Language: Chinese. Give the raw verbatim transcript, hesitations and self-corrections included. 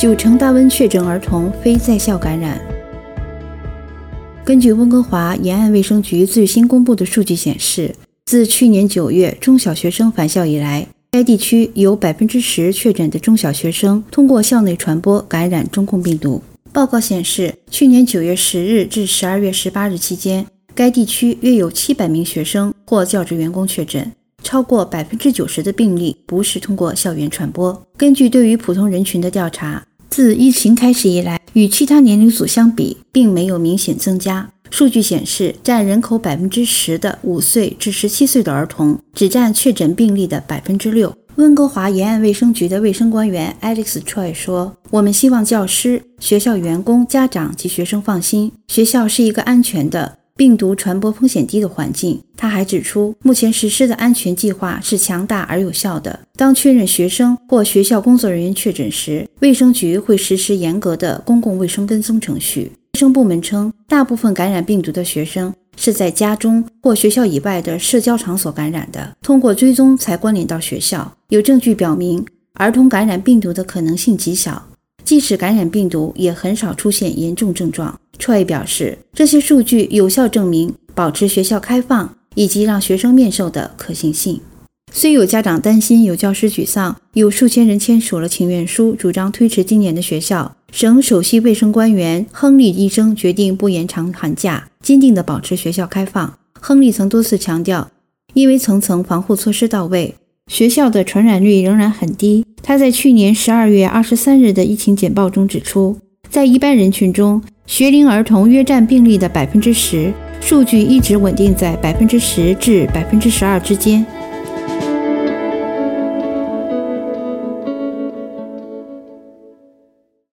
九成大温确诊儿童非在校感染。根据温哥华沿岸卫生局最新公布的数据显示，自去年九月中小学生返校以来，该地区有 百分之十 确诊的中小学生通过校内传播感染中共病毒。报告显示，去年九月十日至十二月十八日期间，该地区约有七百名学生或教职员工确诊，超过 百分之九十 的病例不是通过校园传播。根据对于普通人群的调查，自疫情开始以来，与其他年龄组相比，并没有明显增加。数据显示，占人口 百分之十 的五岁至十七岁的儿童，只占确诊病例的 百分之六。温哥华沿岸卫生局的卫生官员 Alex Choi 说，我们希望教师、学校员工、家长及学生放心，学校是一个安全的、病毒传播风险低的环境。他还指出，目前实施的安全计划是强大而有效的。当确认学生或学校工作人员确诊时，卫生局会实施严格的公共卫生跟踪程序。卫生部门称，大部分感染病毒的学生是在家中或学校以外的社交场所感染的，通过追踪才关联到学校。有证据表明，儿童感染病毒的可能性极小，即使感染病毒，也很少出现严重症状。Choi 表示，这些数据有效证明保持学校开放以及让学生面授的可行性。虽有家长担心，有教师沮丧，有数千人签署了请愿书，主张推迟今年的学校。省首席卫生官员亨利医生决定不延长寒假，坚定地保持学校开放。亨利曾多次强调，因为层层防护措施到位，学校的传染率仍然很低。他在去年十二月二十三日的疫情简报中指出，在一般人群中，学龄儿童约占病例的 百分之十， 数据一直稳定在 百分之十 至 百分之十二 之间。